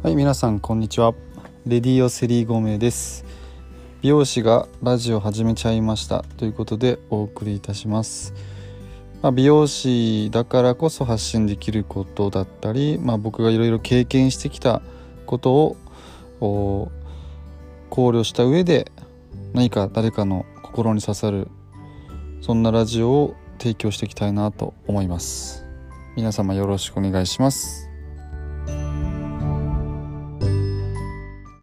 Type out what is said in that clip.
はい、皆さんこんにちは。レディオセリ5名です。美容師がラジオ始めちゃいましたということでお送りいたします。美容師だからこそ発信できることだったり、僕がいろいろ経験してきたことを考慮した上で何か誰かの心に刺さるそんなラジオを提供していきたいなと思います。皆様よろしくお願いします。